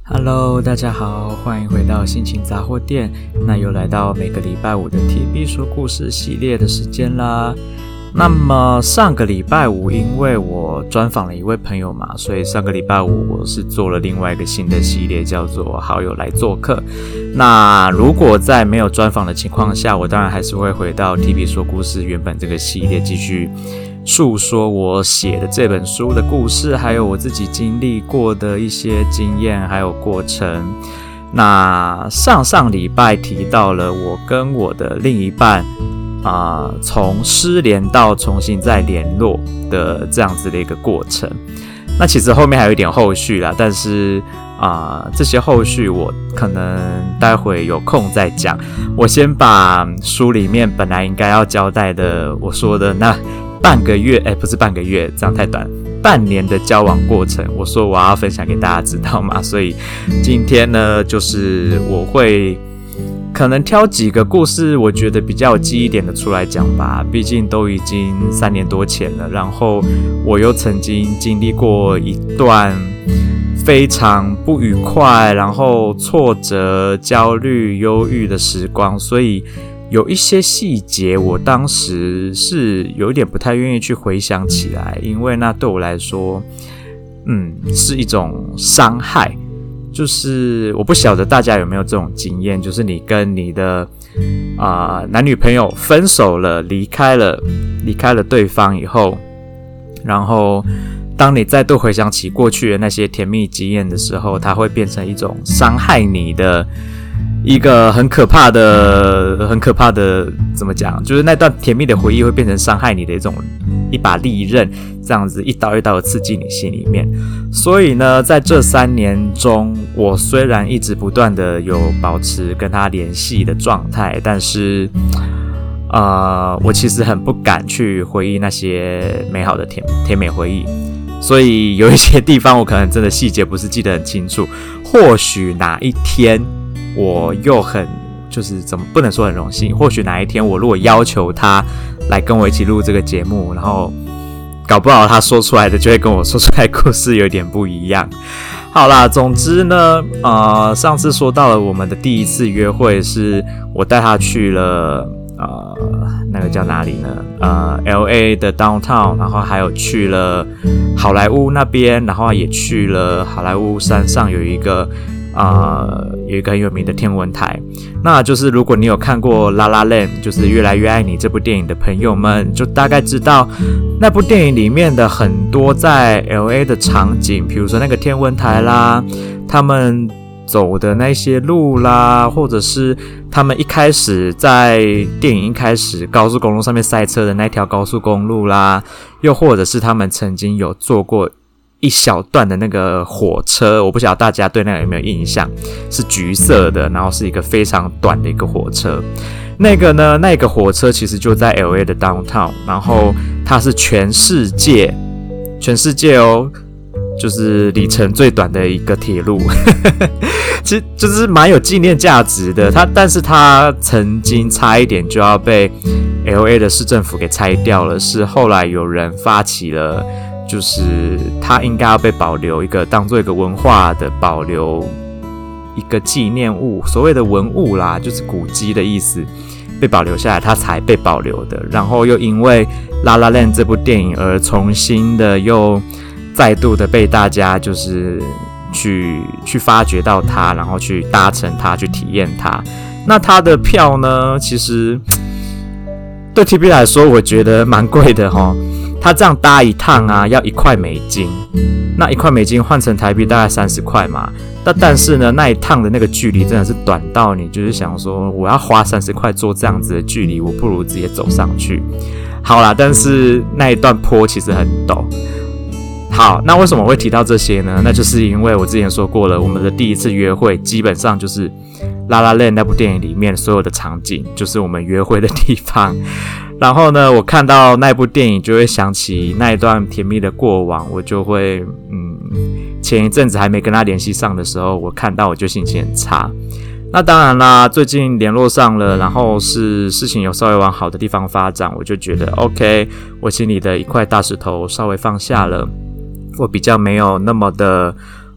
Hello， 大家好，欢迎回到心情杂货店。那又来到每个礼拜五的 TB 说故事系列的时间啦。那么上个礼拜五，因为我专访了一位朋友嘛，所以上个礼拜五我是做了另外一个新的系列，叫做好友来做客。那如果在没有专访的情况下，我当然还是会回到 TB 说故事原本这个系列继续述说我写的这本书的故事，还有我自己经历过的一些经验还有过程。那上礼拜提到了我跟我的另一半从失联到重新再联络的这样子的一个过程。那其实后面还有一点后续啦，但是这些后续我可能待会有空再讲。我先把书里面本来应该要交代的，我说的那半个月，不是半个月，这样太短，半年的交往过程，我说我要分享给大家知道嘛，所以今天呢，就是我会可能挑几个故事，我觉得比较有记忆点的出来讲吧，毕竟都已经3年多前了，然后我又曾经经历过一段非常不愉快，然后挫折、焦虑、忧郁的时光，所以有一些细节我当时是有一点不太愿意去回想起来，因为那对我来说是一种伤害。就是我不晓得大家有没有这种经验，就是你跟你的男女朋友分手了，离开了对方以后，然后当你再度回想起过去的那些甜蜜经验的时候，它会变成一种伤害你的一个很可怕的怎么讲，就是那段甜蜜的回忆会变成伤害你的一把利刃，这样子一刀一刀的刺进你心里面。所以呢，在这3年中，我虽然一直不断的有保持跟他联系的状态，但是我其实很不敢去回忆那些美好的甜美回忆，所以有一些地方我可能真的细节不是记得很清楚。或许哪一天我又就是不能说很荣幸，或许哪一天我如果要求他来跟我一起录这个节目，然后搞不好他说出来的就会跟我说出来的故事有点不一样。好啦，总之呢，上次说到了我们的第一次约会，是我带他去了那个叫哪里呢？LA 的 downtown， 然后还有去了好莱坞那边，然后也去了好莱坞山上有一个很有名的天文台。那就是如果你有看过 La La Land， 就是越来越爱你这部电影的朋友们，就大概知道那部电影里面的很多在 LA 的场景，比如说那个天文台啦，他们走的那些路啦，或者是他们一开始在电影一开始高速公路上面塞车的那条高速公路啦，又或者是他们曾经有坐过一小段的那个火车，我不晓得大家对那个有没有印象，是橘色的，然后是一个非常短的一个火车。那个火车其实就在 LA 的 downtown， 然后它是全世界哦，就是里程最短的一个铁路其实就是蛮有纪念价值的。但是它曾经差一点就要被 LA 的市政府给拆掉了，是后来有人发起了，就是它应该要被保留当做一个文化的保留一个纪念物，所谓的文物啦，就是古迹的意思，被保留下来，它才被保留的。然后又因为 La La Land 这部电影而重新的又再度的被大家就是去发掘到它，然后去搭乘它，去体验它。那它的票呢，其实对 TB 来说我觉得蛮贵的齁。他这样搭一趟要$1，那$1换成台币大概30块嘛。但是呢，那一趟的那个距离真的是短到你就是想说，我要花30块做这样子的距离，我不如直接走上去。好啦，但是那一段坡其实很陡。好，那为什么会提到这些呢？那就是因为我之前说过了，我们的第一次约会基本上就是《La La Land》那部电影里面所有的场景，就是我们约会的地方。然后呢，我看到那部电影就会想起那一段甜蜜的过往，我就会前一阵子还没跟他联系上的时候，我看到我就心情很差。那当然啦，最近联络上了，然后是事情有稍微往好的地方发展，我就觉得 OK， 我心里的一块大石头稍微放下了，我比较没有那么的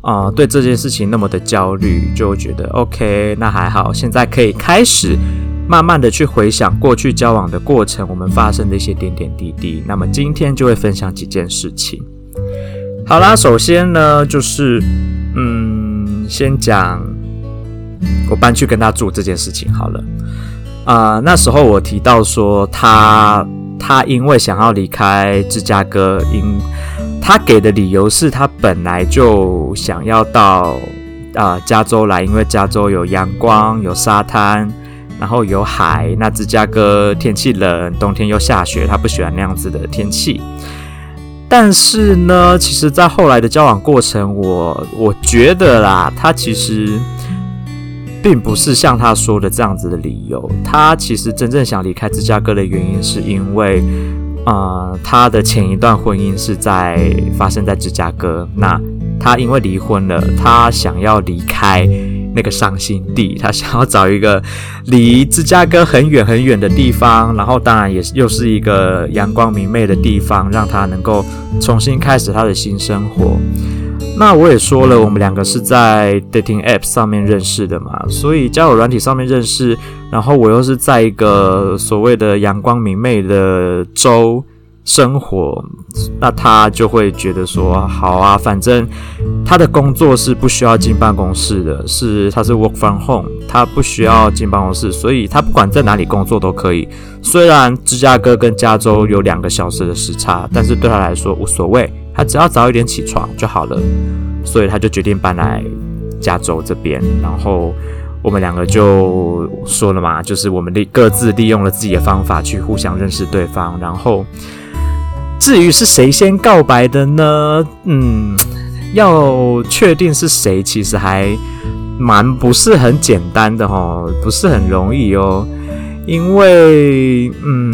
对这件事情那么的焦虑，就觉得 OK， 那还好，现在可以开始慢慢的去回想过去交往的过程，我们发生的一些点点滴滴。那么今天就会分享几件事情。好啦，首先呢，就是先讲我搬去跟他住这件事情好了。那时候我提到说他因为想要离开芝加哥，他给的理由是他本来就想要到加州来，因为加州有阳光、有沙滩，然后有海。那芝加哥天气冷，冬天又下雪，他不喜欢那样子的天气。但是呢，其实在后来的交往过程，我觉得啦，他其实并不是像他说的这样子的理由。他其实真正想离开芝加哥的原因，是因为他的前一段婚姻是发生在芝加哥。那他因为离婚了，他想要离开那个伤心地，他想要找一个离芝加哥很远很远的地方，然后当然又是一个阳光明媚的地方，让他能够重新开始他的新生活。那我也说了，我们两个是在 dating app 上面认识的嘛，所以交友软体上面认识，然后我又是在一个所谓的阳光明媚的州生活，那他就会觉得说，好啊，反正他的工作是不需要进办公室的，他是 work from home， 他不需要进办公室，所以他不管在哪里工作都可以。虽然芝加哥跟加州有2个小时的时差，但是对他来说无所谓，他只要早一点起床就好了。所以他就决定搬来加州这边，然后我们两个就说了嘛，就是我们各自利用了自己的方法去互相认识对方。然后至于是谁先告白的呢？要确定是谁，其实还不是很简单的齁，不是很容易哦。因为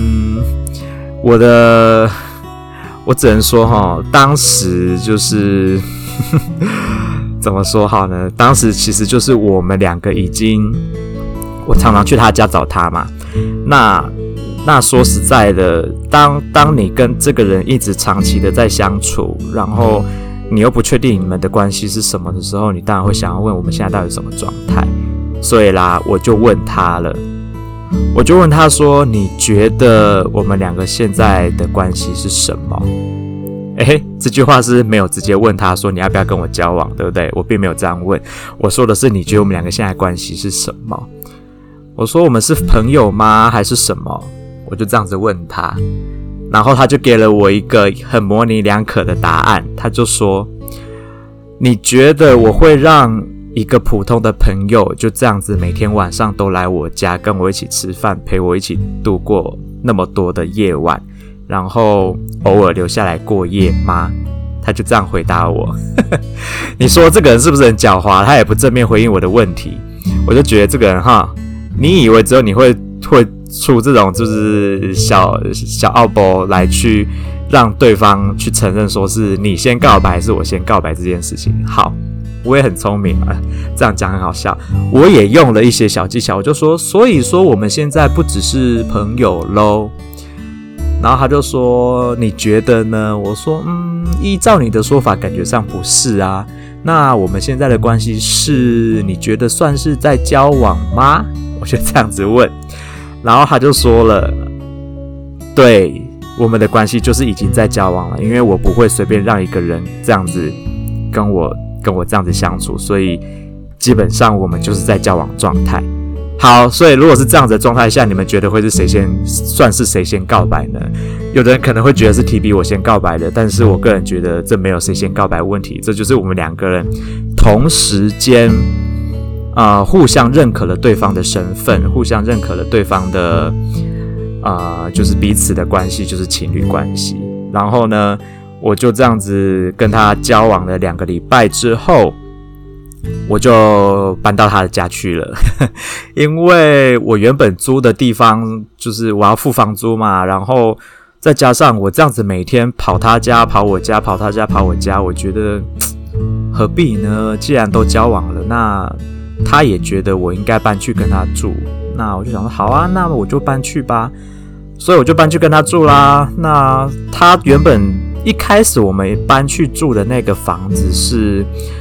我只能说齁，当时就是怎么说好呢？当时其实就是我们2个我常常去他家找他嘛。那说实在的，当你跟这个人一直长期的在相处，然后你又不确定你们的关系是什么的时候，你当然会想要问我们现在到底什么状态。所以啦，我就问他了，我就问他说，你觉得我们2个现在的关系是什么？这句话是没有直接问他说你要不要跟我交往，对不对？我并没有这样问，我说的是你觉得我们2个现在关系是什么？我说我们是朋友吗？还是什么？我就这样子问他，然后他就给了我一个很模棱两可的答案，他就说，你觉得我会让一个普通的朋友就这样子每天晚上都来我家跟我一起吃饭，陪我一起度过那么多的夜晚，然后偶尔留下来过夜吗？他就这样回答我你说这个人是不是很狡猾？他也不正面回应我的问题。我就觉得这个人你以为只有你会出这种就是小奥博来去让对方去承认说是你先告白还是我先告白这件事情。好，我也很聪明啊，这样讲很好笑。我也用了一些小技巧，我就说，所以说我们现在不只是朋友咯。然后他就说，你觉得呢？我说，依照你的说法，感觉上不是啊。那我们现在的关系是，你觉得算是在交往吗？我就这样子问，然后他就说了，对，我们的关系就是已经在交往了，因为我不会随便让一个人这样子跟我这样子相处，所以基本上我们就是在交往状态。好，所以如果是这样子的状态下，你们觉得会是谁先告白呢？有的人可能会觉得是 TB 我先告白的，但是我个人觉得这没有谁先告白的问题，这就是我们2个人同时间互相认可了对方的身份，互相认可了对方的就是彼此的关系，就是情侣关系。然后呢，我就这样子跟他交往了2个礼拜之后，我就搬到他的家去了因为我原本租的地方就是我要付房租嘛，然后再加上我这样子每天跑他家跑我家跑他家跑我家，我觉得何必呢？既然都交往了，那他也觉得我应该搬去跟他住，那我就想说好啊，那我就搬去吧。所以我就搬去跟他住啦。那他原本一开始我们搬去住的那个房子是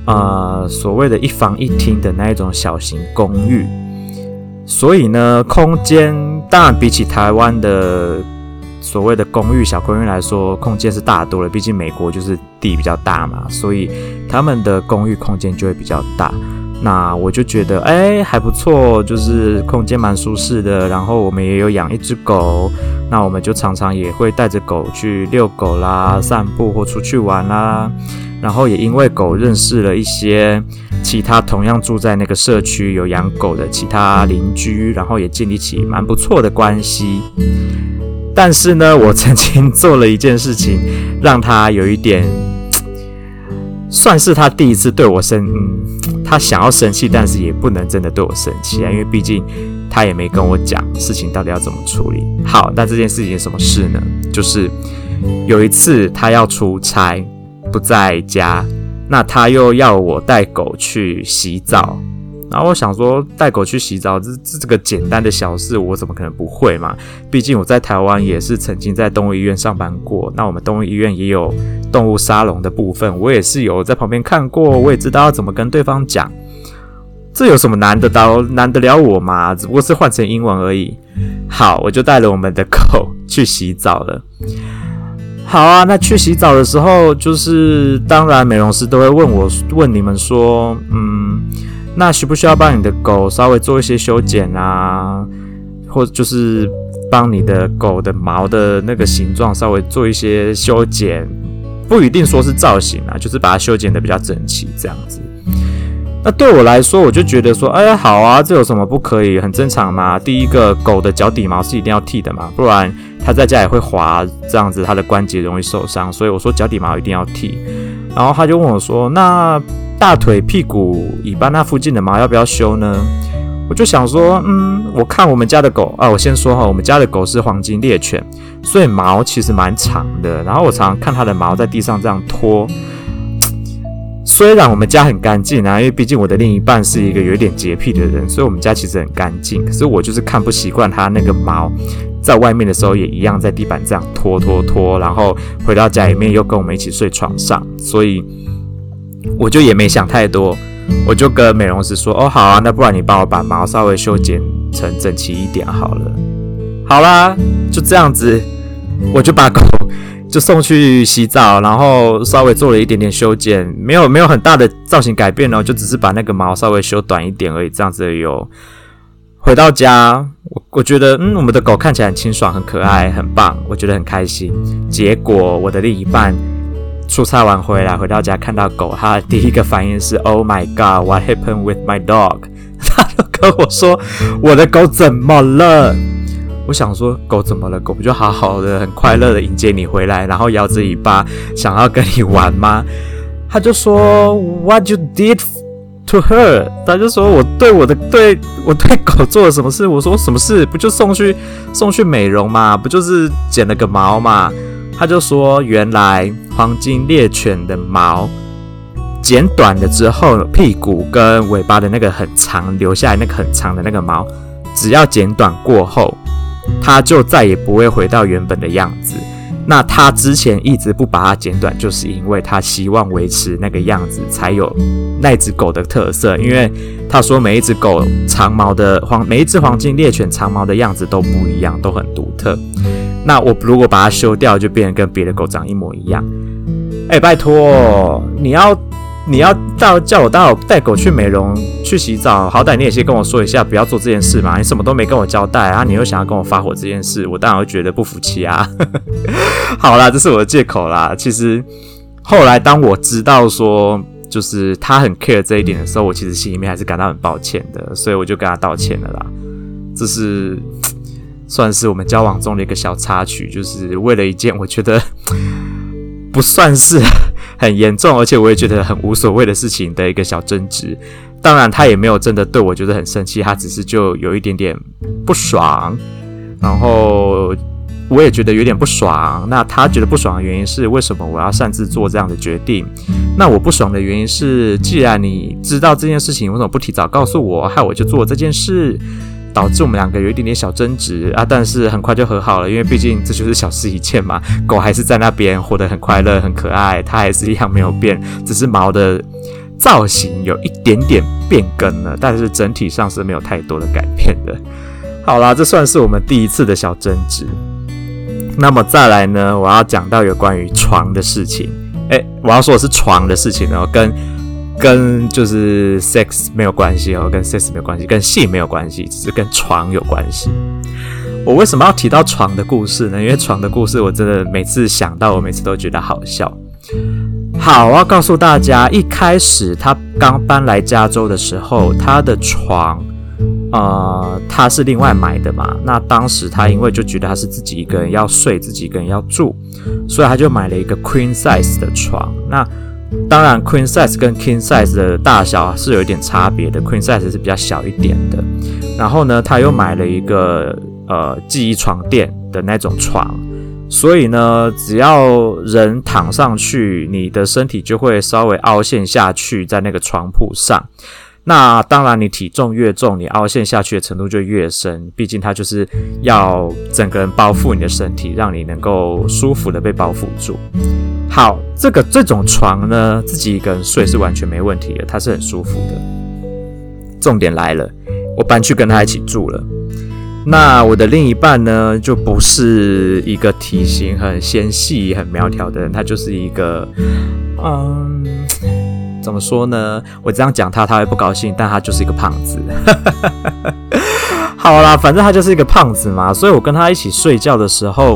所谓的一房一厅的那一种小型公寓，所以呢，空间当然比起台湾的所谓的公寓小公寓来说，空间是大多了。毕竟美国就是地比较大嘛，所以他们的公寓空间就会比较大。那我就觉得还不错，就是空间蛮舒适的，然后我们也有养一只狗，那我们就常常也会带着狗去遛狗啦、散步或出去玩啦，然后也因为狗认识了一些其他同样住在那个社区有养狗的其他邻居，然后也建立起蛮不错的关系。但是呢，我曾经做了一件事情，让他有一点算是他第一次对我他想要生气，但是也不能真的对我生气啊，因为毕竟他也没跟我讲事情到底要怎么处理。好，那这件事情是什么事呢？就是有一次他要出差不在家，那他又要我带狗去洗澡，然后我想说带狗去洗澡这个简单的小事我怎么可能不会嘛，毕竟我在台湾也是曾经在动物医院上班过，那我们动物医院也有动物沙龙的部分，我也是有在旁边看过，我也知道要怎么跟对方讲，这有什么难得了我嘛，只不过是换成英文而已。好，我就带了我们的狗去洗澡了。好啊，那去洗澡的时候，就是当然美容师都会问你们说，那需不需要帮你的狗稍微做一些修剪啊，或者就是帮你的狗的毛的那个形状稍微做一些修剪，不一定说是造型啊，就是把它修剪得比较整齐这样子。那对我来说，我就觉得说，好啊，这有什么不可以？很正常嘛。第一个，狗的脚底毛是一定要剃的嘛，不然它在家也会滑，这样子它的关节容易受伤。所以我说脚底毛一定要剃。然后他就问我说，那大腿、屁股、尾巴那附近的毛要不要修呢？我就想说，我看我们家的狗我先说哈，我们家的狗是黄金猎犬，所以毛其实蛮长的。然后我常常看它的毛在地上这样拖。虽然我们家很干净啊，因为毕竟我的另一半是一个有点洁癖的人，所以我们家其实很干净。可是我就是看不习惯他那个毛在外面的时候也一样在地板这样拖，然后回到家里面又跟我们一起睡床上，所以我就也没想太多，我就跟美容师说，好啊，那不然你帮我把毛稍微修剪成整齐一点好了。好啦，就这样子，我就把狗就送去洗澡，然后稍微做了一点点修剪，没有很大的造型改变哦，就只是把那个毛稍微修短一点而已，这样子而已哦。回到家，我觉得我们的狗看起来很清爽、很可爱、很棒，我觉得很开心。结果我的另一半出差完回到家看到狗，他的第一个反应是 Oh my God, what happened with my dog？ 他就跟我说我的狗怎么了？我想说狗怎么了？狗不就好好的很快乐的迎接你回来，然后摇着尾巴想要跟你玩吗？他就说 What you did to her？ 他就说我对狗做了什么事？我说什么事？不就送去美容嘛，不就是剪了个毛嘛？他就说原来黄金猎犬的毛剪短了之后，屁股跟尾巴的那个很长留下来那个很长的那个毛，只要剪短过后，它就再也不会回到原本的样子。那他之前一直不把它剪短，就是因为他希望维持那个样子，才有那只狗的特色。因为他说每一只狗长毛的每一只黄金猎犬长毛的样子都不一样，都很独特。那我如果把它修掉，就变成跟别的狗长一模一样。拜托，你要叫我带狗去美容去洗澡，好歹你也先跟我说一下，不要做这件事嘛。你什么都没跟我交代啊，你又想要跟我发火这件事，我当然会觉得不服气啊。好啦，这是我的借口啦。其实后来当我知道说就是他很 care 这一点的时候，我其实心里面还是感到很抱歉的，所以我就跟他道歉了啦。这是算是我们交往中的一个小插曲，就是为了一件我觉得不算是很严重，而且我也觉得很无所谓的事情的一个小争执。当然他也没有真的对我觉得很生气，他只是就有一点点不爽，然后我也觉得有点不爽。那他觉得不爽的原因是为什么我要擅自做这样的决定？那我不爽的原因是，既然你知道这件事情，为什么不提早告诉我，害我就做了这件事，导致我们两个有一点点小争执啊，但是很快就和好了，因为毕竟这就是小事一件嘛，狗还是在那边活得很快乐很可爱，它还是一样没有变，只是毛的造型有一点点变更了，但是整体上是没有太多的改变的。好啦，这算是我们第一次的小争执。那么再来呢，我要讲到有关于床的事情。我要说的是床的事情哦，跟就是 sex 没有关系哦，跟 sex 没有关系，跟性没有关系，只是跟床有关系。我为什么要提到床的故事呢？因为床的故事我真的每次想到，我每次都觉得好笑。好，我要告诉大家，一开始他刚搬来加州的时候，他的床他是另外买的嘛。那当时他因为就觉得他是自己一个人要睡，自己一个人要住，所以他就买了一个 queen size 的床。那当然 queen size 跟 king size 的大小是有一点差别的， queen size 是比较小一点的。然后呢，他又买了一个记忆床垫的那种床，所以呢，只要人躺上去，你的身体就会稍微凹陷下去在那个床铺上。那当然你体重越重，你凹陷下去的程度就越深，毕竟它就是要整个人包覆你的身体，让你能够舒服的被包覆住。好，这种床呢，自己一个人睡是完全没问题的，它是很舒服的。重点来了，我搬去跟他一起住了。那我的另一半呢，就不是一个体型很纤细、很苗条的人，他就是一个，怎么说呢？我这样讲他会不高兴，但他就是一个胖子。好啦，反正他就是一个胖子嘛，所以我跟他一起睡觉的时候，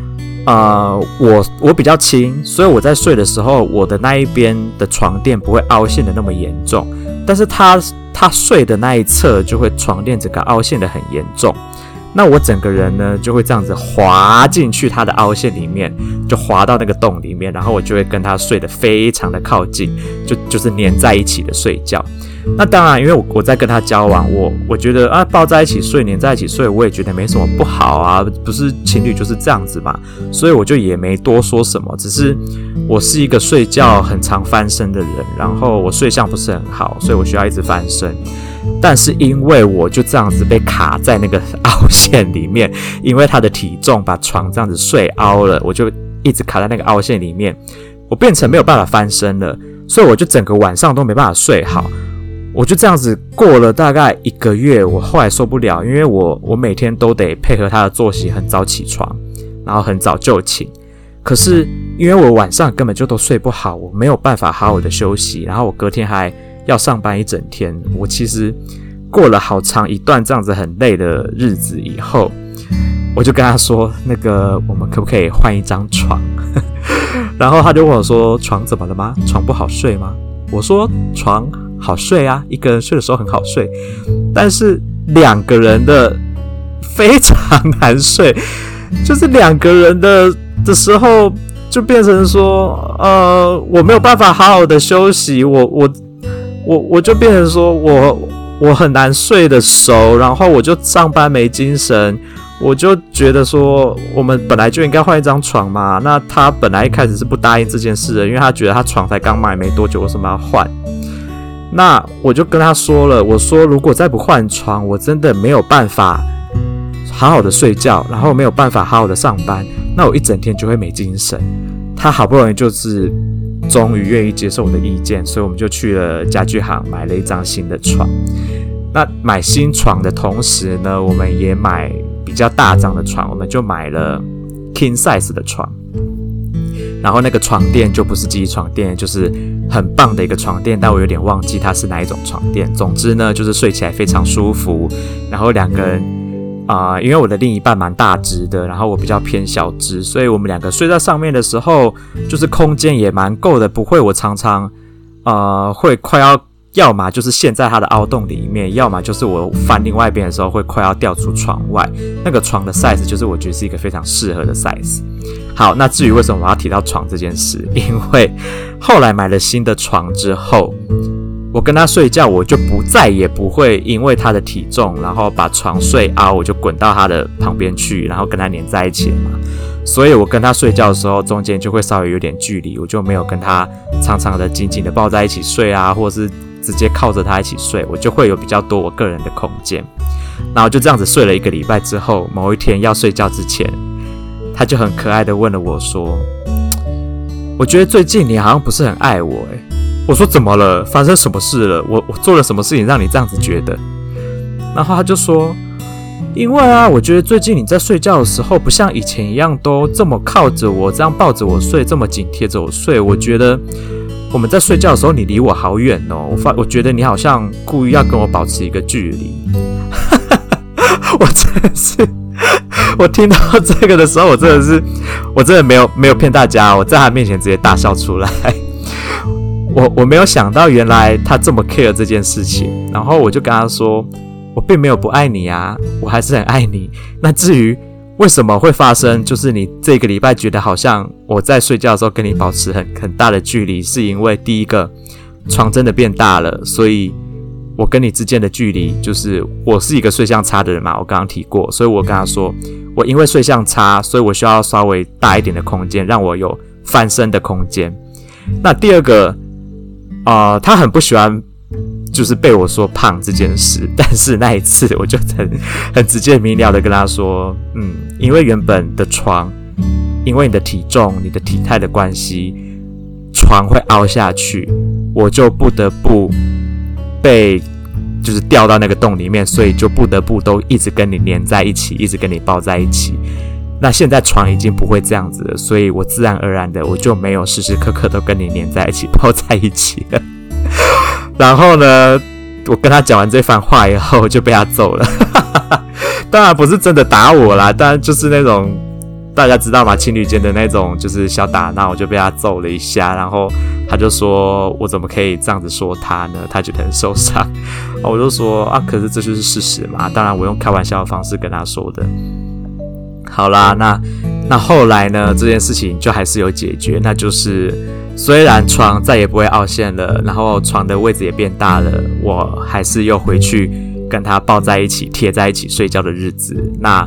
我比较轻，所以我在睡的时候，我的那一边的床垫不会凹陷的那么严重，但是他睡的那一侧就会床垫整个凹陷的很严重。那我整个人呢就会这样子滑进去他的凹陷里面，就滑到那个洞里面，然后我就会跟他睡得非常的靠近，就是黏在一起的睡觉。那当然因为我在跟他交往，我觉得抱在一起睡，黏在一起睡，我也觉得没什么不好啊，不是情侣就是这样子嘛，所以我就也没多说什么。只是我是一个睡觉很常翻身的人，然后我睡相不是很好，所以我需要一直翻身。但是因为我就这样子被卡在那个凹陷里面，因为他的体重把床这样子睡凹了，我就一直卡在那个凹陷里面，我变成没有办法翻身了，所以我就整个晚上都没办法睡好。我就这样子过了大概1个月，我后来受不了，因为我每天都得配合他的作息，很早起床，然后很早就寝。可是因为我晚上根本就都睡不好，我没有办法好好的休息，然后我隔天还要上班一整天。我其实过了好长一段这样子很累的日子以后，我就跟他说，那个我们可不可以换一张床？然后他就问我说，床怎么了吗？床不好睡吗？我说床好睡啊，一个人睡的时候很好睡，但是2个人的非常难睡，就是2个人的时候就变成说，我没有办法好好的休息，我就变成说我很难睡得熟，然后我就上班没精神。我就觉得说，我们本来就应该换一张床嘛。那他本来一开始是不答应这件事的，因为他觉得他床才刚买没多久，为什么要换？那我就跟他说了，我说如果再不换床，我真的没有办法好好的睡觉，然后没有办法好好的上班，那我一整天就会没精神。他好不容易就是终于愿意接受我的意见，所以我们就去了家具行买了一张新的床。那买新床的同时呢，我们也买比较大张的床，我们就买了 king size 的床。然后那个床垫就不是记忆床垫，就是很棒的一个床垫，但我有点忘记它是哪一种床垫。总之呢，就是睡起来非常舒服。然后2个人因为我的另一半蛮大只的，然后我比较偏小只，所以我们2个睡在上面的时候，就是空间也蛮够的，不会我常常会快要么就是陷在它的凹洞里面，要么就是我翻另外一边的时候会快要掉出床外。那个床的 size 就是我觉得是一个非常适合的 size。好，那至于为什么我要提到床这件事，因为后来买了新的床之后，我跟他睡觉，我就再也不会因为他的体重，然后把床睡凹，我就滚到他的旁边去，然后跟他黏在一起了嘛。所以我跟他睡觉的时候，中间就会稍微有点距离，我就没有跟他常常的紧紧的抱在一起睡啊，或者是直接靠着他一起睡，我就会有比较多我个人的空间。然后就这样子睡了1个礼拜之后，某一天要睡觉之前，他就很可爱的问了我说，我觉得最近你好像不是很爱我我说怎么了？发生什么事了？我做了什么事情让你这样子觉得？然后他就说，因为啊，我觉得最近你在睡觉的时候不像以前一样都这么靠着我，这样抱着我睡，这么紧贴着我睡。我觉得我们在睡觉的时候你离我好远哦，我觉得你好像故意要跟我保持一个距离。我真的是，我听到这个的时候，我真的没有骗大家，我在他面前直接大笑出来。我没有想到原来他这么 care 这件事情，然后我就跟他说，我并没有不爱你啊，我还是很爱你。那至于为什么会发生，就是你这个礼拜觉得好像我在睡觉的时候跟你保持很大的距离，是因为第一个床真的变大了，所以我跟你之间的距离，就是我是一个睡相差的人嘛，我刚刚提过，所以我跟他说，我因为睡相差，所以我需要稍微大一点的空间，让我有翻身的空间。那第二个他很不喜欢就是被我说胖这件事，但是那一次我就很直接明了的跟他说，因为原本的床，因为你的体重、你的体态的关系，床会凹下去，我就不得不被就是掉到那个洞里面，所以就不得不都一直跟你黏在一起，一直跟你抱在一起。那现在床已经不会这样子了，所以我自然而然的我就没有时时刻刻都跟你黏在一起，抱在一起了。然后呢，我跟他讲完这番话以后，就被他揍了。当然不是真的打我啦，当然就是那种大家知道吗？情侣间的那种就是小打闹，我就被他揍了一下。然后他就说，我怎么可以这样子说他呢？他觉得很受伤。我就说啊，可是这就是事实嘛。当然我用开玩笑的方式跟他说的。好啦，那后来呢，这件事情就还是有解决，那就是虽然床再也不会凹陷了，然后床的位置也变大了，我还是又回去跟他抱在一起贴在一起睡觉的日子。那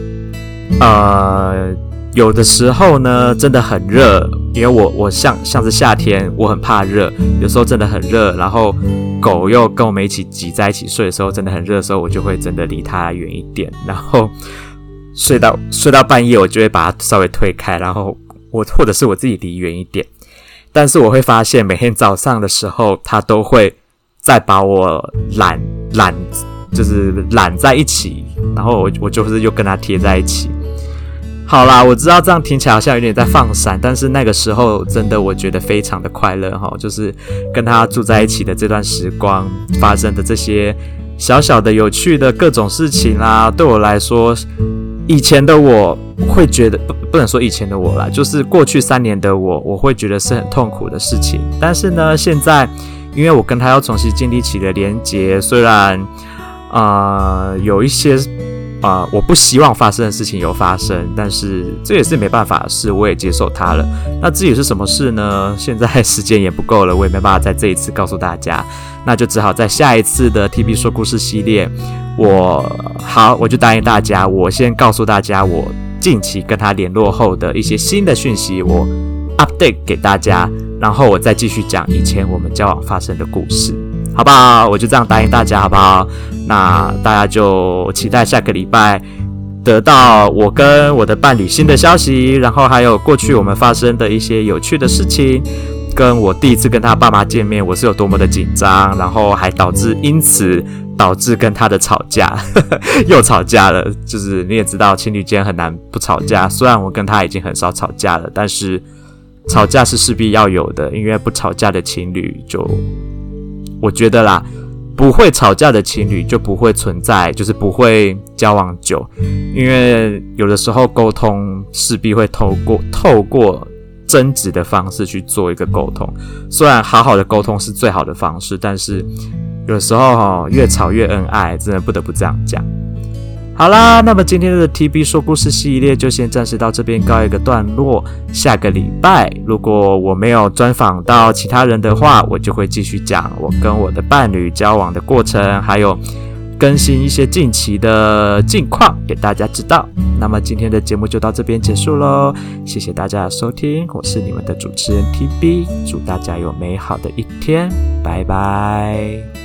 有的时候呢真的很热，因为我像是夏天我很怕热，有时候真的很热，然后狗又跟我们一起挤在一起睡的时候真的很热的时候，我就会真的离它远一点，然后睡到半夜我就会把它稍微推开，然后或者是我自己离远一点。但是我会发现每天早上的时候它都会再把我就是揽在一起，然后我就是又跟它贴在一起。好啦，我知道这样听起来好像有点在放闪，但是那个时候真的我觉得非常的快乐齁，就是跟他住在一起的这段时光发生的这些小小的有趣的各种事情啦，对我来说，以前的我会觉得不能说以前的我啦，就是过去3年的我会觉得是很痛苦的事情。但是呢，现在因为我跟他要重新建立起了连结，虽然有一些我不希望发生的事情有发生，但是这也是没办法的事，我也接受它了。那至于是什么事呢？现在时间也不够了，我也没办法在这一次告诉大家，那就只好在下一次的 TB 说故事系列，我就答应大家，我先告诉大家我近期跟他联络后的一些新的讯息，我 update 给大家，然后我再继续讲以前我们交往发生的故事，好不好？我就这样答应大家，好不好？那大家就期待下个礼拜得到我跟我的伴侣新的消息，然后还有过去我们发生的一些有趣的事情，跟我第一次跟他爸妈见面我是有多么的紧张，然后还因此导致跟他的吵架又吵架了。就是你也知道情侣间很难不吵架，虽然我跟他已经很少吵架了，但是吵架是势必要有的，因为不吵架的情侣就我觉得啦，不会吵架的情侣就不会存在，就是不会交往久，因为有的时候沟通势必会透过争执的方式去做一个沟通。虽然好好的沟通是最好的方式，但是有时候越吵越恩爱，真的不得不这样讲。好啦，那么今天的 TB 说故事系列就先暂时到这边告一个段落。下个礼拜如果我没有专访到其他人的话，我就会继续讲我跟我的伴侣交往的过程，还有更新一些近期的近况给大家知道。那么今天的节目就到这边结束咯，谢谢大家的收听，我是你们的主持人 TB， 祝大家有美好的一天，拜拜。